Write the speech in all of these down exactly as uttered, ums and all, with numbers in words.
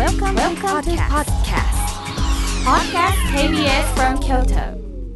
Welcome, Welcome to podcast. Podcast ケービーエス from Kyoto.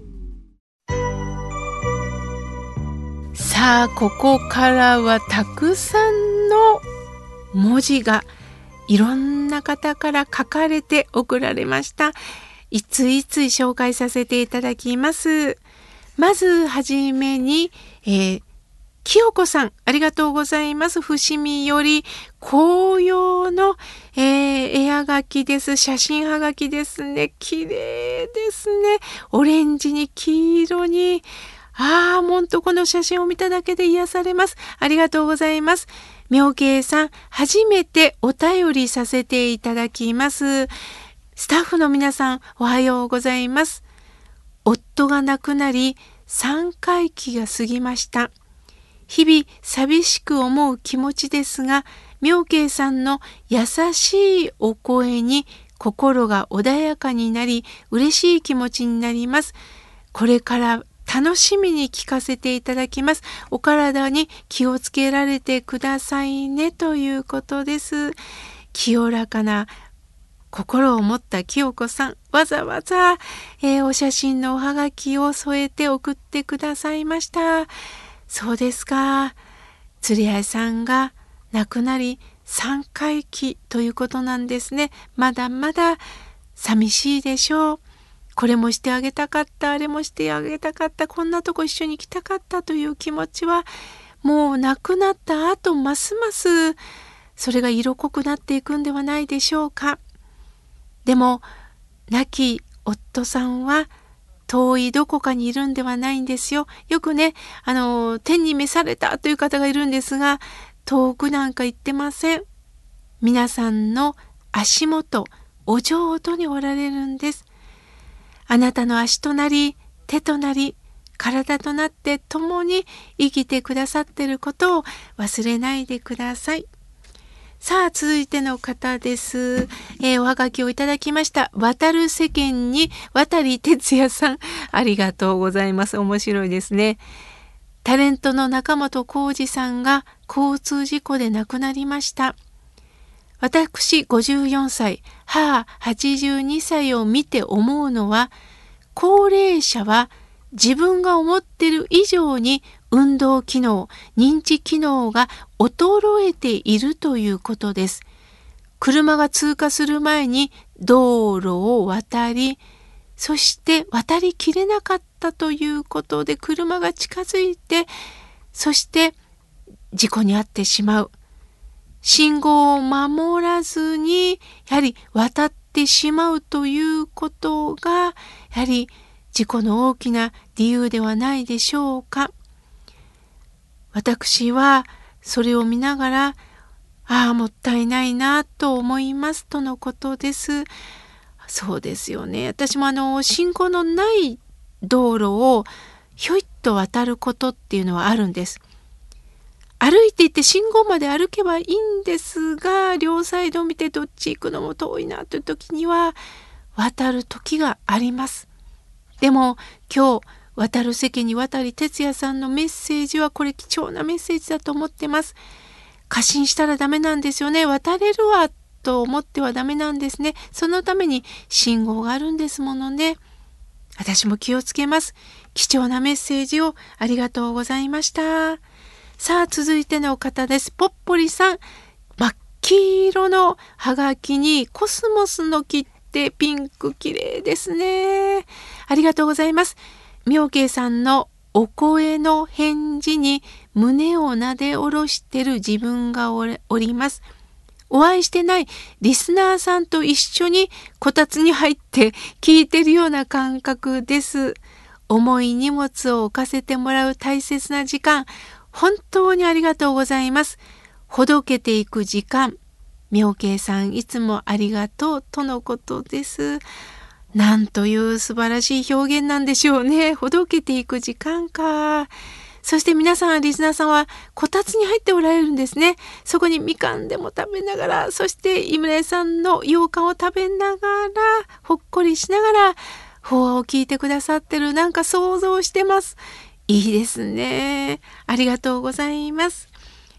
さあ、ここからはたくさんの文字がいろんな方から書かれて送られました。いついつ紹介させていただきます。まずはじめに、えー、清子さん、ありがとうございます。伏見より紅葉の、えー、絵はがきです。写真はがきですね。綺麗ですね。オレンジに黄色に。ああ、ほんとこの写真を見ただけで癒されます。ありがとうございます。妙慶さん、初めてお便りさせていただきます。スタッフの皆さん、おはようございます。夫が亡くなり、さんかいきが過ぎました。日々寂しく思う気持ちですが、妙慶さんの優しいお声に心が穏やかになり、嬉しい気持ちになります。これから楽しみに聞かせていただきます。お体に気をつけられてくださいねということです。清らかな心を持った清子さん、わざわざ、えー、お写真のおはがきを添えて送ってくださいました。そうですか。釣り合いさんが亡くなりさんかいきということなんですね。まだまだ寂しいでしょう。これもしてあげたかった、あれもしてあげたかった、こんなとこ一緒に行きたかったという気持ちは、もう亡くなった後ますますそれが色濃くなっていくんではないでしょうか。でも亡き夫さんは遠いどこかにいるんではないんですよ。よくね、あの天に召されたという方がいるんですが、遠くなんか行ってません。皆さんの足元、お浄土におられるんです。あなたの足となり、手となり、体となって共に生きてくださっていることを忘れないでください。さあ、続いての方です。えー、おはがきをいただきました。渡る世間に渡哲也さん、ありがとうございます。面白いですね。タレントの中本浩二さんが交通事故で亡くなりました。私ごじゅうよんさい、母はちじゅうにさいを見て思うのは、高齢者は自分が思っている以上に運動機能、認知機能が衰えているということです。車が通過する前に道路を渡り、そして渡りきれなかったということで車が近づいて、そして事故に遭ってしまう。信号を守らずにやはり渡ってしまうということがやはり事故の大きな理由ではないでしょうか。私はそれを見ながら、ああ、もったいないなと思いますとのことです。そうですよね。私もあの信号のない道路をひょいっと渡ることっていうのはあるんです。歩いていって信号まで歩けばいいんですが、両サイドを見てどっち行くのも遠いなという時には渡る時があります。でも今日渡る世間に渡哲也さんのメッセージはこれ貴重なメッセージだと思ってます。過信したらダメなんですよね。渡れるわと思ってはダメなんですね。そのために信号があるんですものね。私も気をつけます。貴重なメッセージをありがとうございました。さあ、続いての方です。ぽっぽりさん、真っ黄色のハガキにコスモスの木ってピンク綺麗ですね。ありがとうございます。妙慶さんのお声の返事に胸をなで下ろしてる自分がおります。お会いしてないリスナーさんと一緒にこたつに入って聞いてるような感覚です。重い荷物を置かせてもらう大切な時間、本当にありがとうございます。ほどけていく時間、妙慶さんいつもありがとうとのことです。なんという素晴らしい表現なんでしょうね。ほどけていく時間か。そして皆さん、リスナーさんはこたつに入っておられるんですね。そこにみかんでも食べながら、そして井村さんの羊羹を食べながら、ほっこりしながら法話を聞いてくださってる、なんか想像してます。いいですね。ありがとうございます。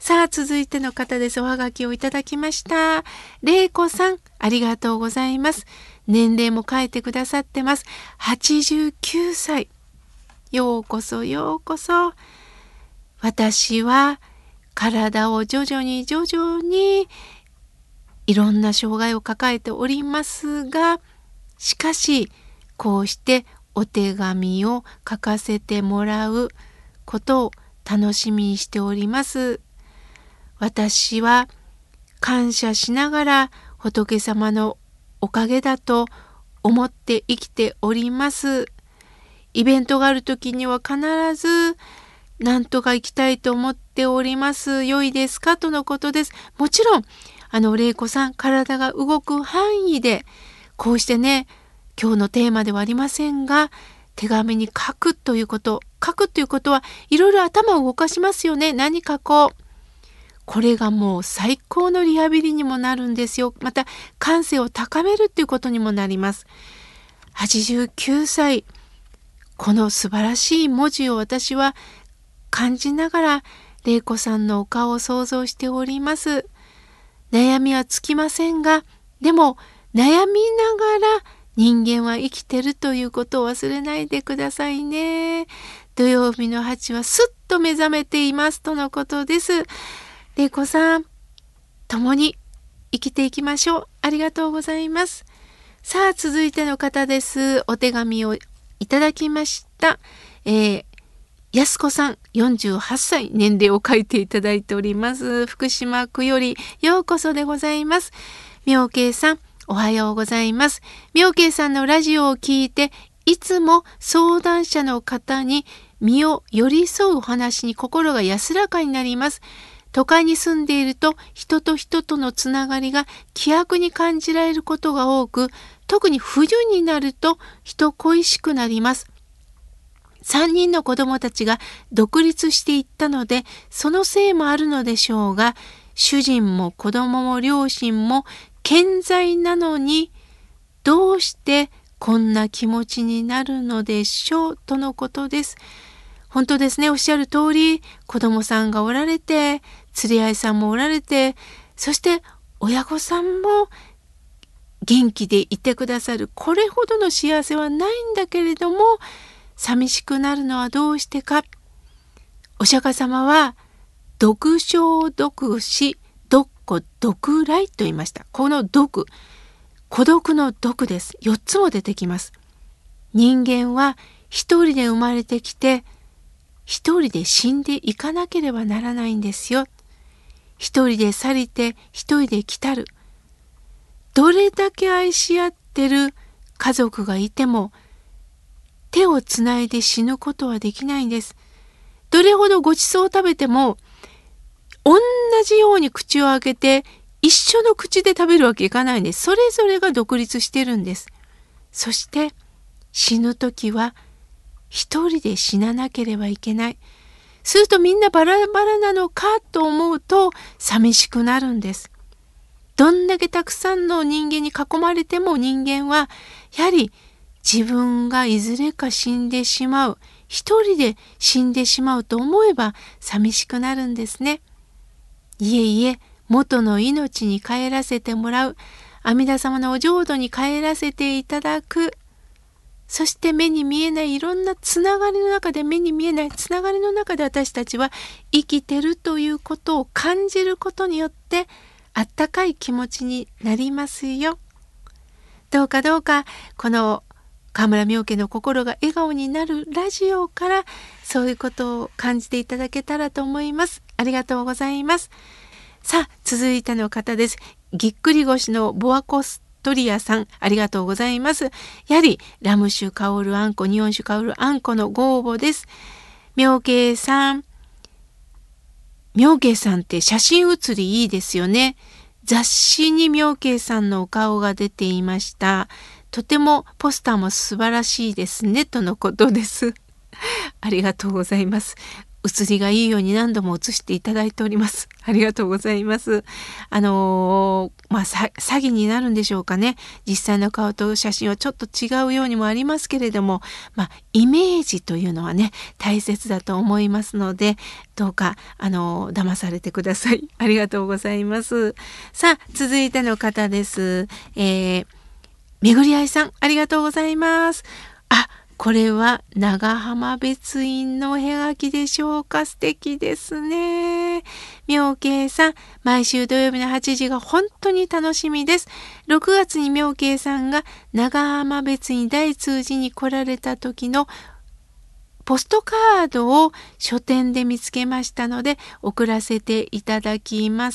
さあ、続いての方です。おはがきをいただきました。れいこさん、ありがとうございます。年齢も書いてくださってます。はちじゅうきゅうさい。ようこそようこそ。私は体を徐々に徐々にいろんな障害を抱えておりますが、しかしこうしてお手紙を書かせてもらうことを楽しみにしております。私は感謝しながら仏様のおかげだと思って生きております。イベントがある時には必ずなんとか行きたいと思っております。良いですかとのことです。もちろんあのれいこさん、体が動く範囲でこうしてね、今日のテーマではありませんが、手紙に書くということ、書くということはいろいろ頭を動かしますよね。何書こう。これがもう最高のリハビリにもなるんですよ。また感性を高めるっていうことにもなります。はちじゅうきゅうさい、この素晴らしい文字を私は感じながられいこさんのお顔を想像しております。悩みはつきませんが、でも悩みながら人間は生きてるということを忘れないでくださいね。土曜日のはちはすっと目覚めていますとのことです。れいこさん、共に生きていきましょう。ありがとうございます。さあ、続いての方です。お手紙をいただきました。えー、やすこさん、よんじゅうはっさい、年齢を書いていただいております。福島区よりようこそでございます。妙慶さん、おはようございます。妙慶さんのラジオを聞いて、いつも相談者の方に身を寄り添うお話に心が安らかになります。都会に住んでいると人と人とのつながりが希薄に感じられることが多く、特に冬になると人恋しくなります。さんにんの子供たちが独立していったので、そのせいもあるのでしょうが、主人も子供も両親も健在なのに、どうしてこんな気持ちになるのでしょうとのことです。本当ですね。おっしゃる通り、子供さんがおられて、連れ合いさんもおられて、そして親御さんも元気でいてくださる。これほどの幸せはないんだけれども、寂しくなるのはどうしてか。お釈迦様は、独生独死、独孤独来と言いました。この独、孤独の独です。よっつも出てきます。人間は一人で生まれてきて、一人で死んでいかなければならないんですよ。一人で去りて一人で来たる。どれだけ愛し合ってる家族がいても手をつないで死ぬことはできないんです。どれほどごちそうを食べても同じように口を開けて一緒の口で食べるわけいかないんです。それぞれが独立してるんです。そして死ぬ時は一人で死ななければいけない。するとみんなバラバラなのかと思うと寂しくなるんです。どんだけたくさんの人間に囲まれても人間はやはり自分がいずれか死んでしまう、一人で死んでしまうと思えば寂しくなるんですね。いえいえ、元の命に帰らせてもらう、阿弥陀様のお浄土に帰らせていただく。そして目に見えないいろんなつながりの中で、目に見えないつながりの中で私たちは生きてるということを感じることによってあったかい気持ちになりますよ。どうかどうかこの川村妙家の心が笑顔になるラジオからそういうことを感じていただけたらと思います。ありがとうございます。さあ、続いての方です。ぎっくり腰のボアコストリアさん、ありがとうございます。やはりラム酒香るあんこ、日本酒香るあんこのご応募です。妙慶さん、妙慶さんって写真写りいいですよね。雑誌に妙慶さんのお顔が出ていました。とてもポスターも素晴らしいですねとのことです。ありがとうございます。 写りがいいように何度も写していただいております。ありがとうございます。あのー、まあ詐欺になるんでしょうかね。実際の顔と写真はちょっと違うようにもありますけれども、まあイメージというのはね大切だと思いますので、どうかあのー、騙されてください。ありがとうございます。さあ続いての方です。えー、めぐりあいさん、ありがとうございます。あ、これは長浜別院のお絵描きでしょうか。素敵ですね。妙慶さん、毎週土曜日のはちじが本当に楽しみです。ろくがつに妙慶さんが長浜別院大通寺に来られた時のポストカードを書店で見つけましたので送らせていただきます。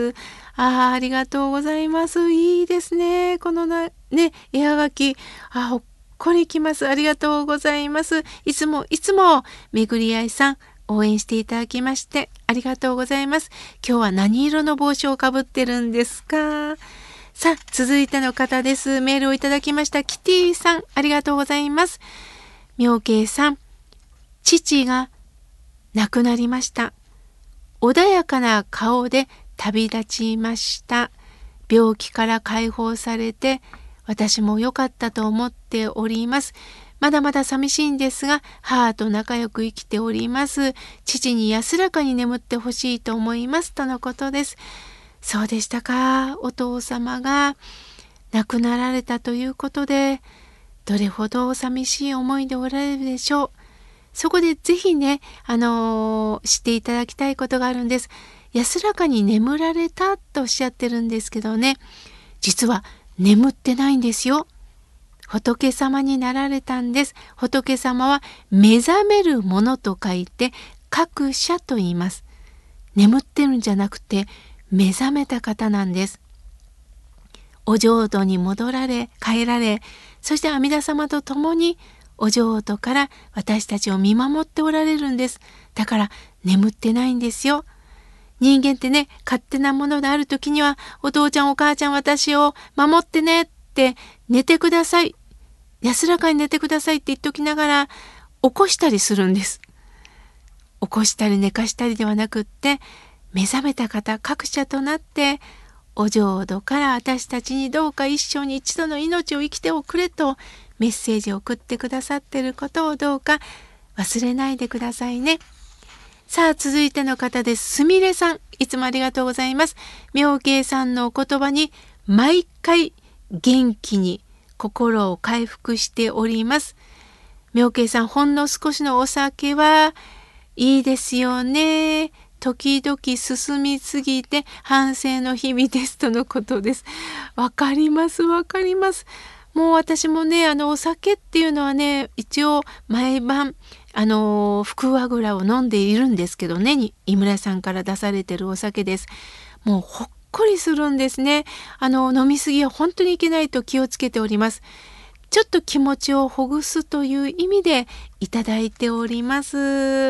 あ、ありがとうございます。いいですね。このなね絵はがき、あ、ほっこりきます。ありがとうございます。いつもいつもめぐりあいさん応援していただきましてありがとうございます。今日は何色の帽子をかぶってるんですか？さあ続いての方です。メールをいただきましたキティさん、ありがとうございます。妙慶さん、父が亡くなりました。穏やかな顔で旅立ちました。病気から解放されて私も良かったと思っております。まだまだ寂しいんですが母と仲良く生きております。父に安らかに眠ってほしいと思いますとのことです。そうでしたか。お父様が亡くなられたということでどれほど寂しい思いでおられるでしょう。そこでぜひね、あのー、知っていただきたいことがあるんです。安らかに眠られたとおっしゃってるんですけどね、実は眠ってないんですよ。仏様になられたんです。仏様は目覚めるものと書いて覚者と言います。眠ってるんじゃなくて目覚めた方なんです。お浄土に戻られ帰られ、そして阿弥陀様と共にお浄土から私たちを見守っておられるんです。だから眠ってないんですよ。人間ってね、勝手なものである時にはお父ちゃんお母ちゃん私を守ってねって寝てください、安らかに寝てくださいって言っておきながら起こしたりするんです。起こしたり寝かしたりではなくって、目覚めた方覚者となってお浄土から私たちにどうか一生に一度の命を生きておくれとメッセージを送ってくださっていることをどうか忘れないでくださいね。さあ続いての方です。すみれさん、いつもありがとうございます。妙慶さんのお言葉に毎回元気に心を回復しております。妙慶さん、ほんの少しのお酒はいいですよね。時々進みすぎて反省の日々ですとのことです。わかりますわかります。もう私もね、あのお酒っていうのはね、一応毎晩あの福和蔵を飲んでいるんですけどね、井村さんから出されてるお酒です。もうほっこりするんですね。あの飲みすぎは本当にいけないと気をつけております。ちょっと気持ちをほぐすという意味でいただいております。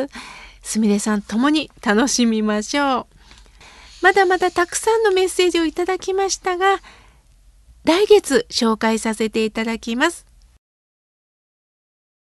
すみれさんともに楽しみましょう。まだまだたくさんのメッセージをいただきましたが、来月紹介させていただきます。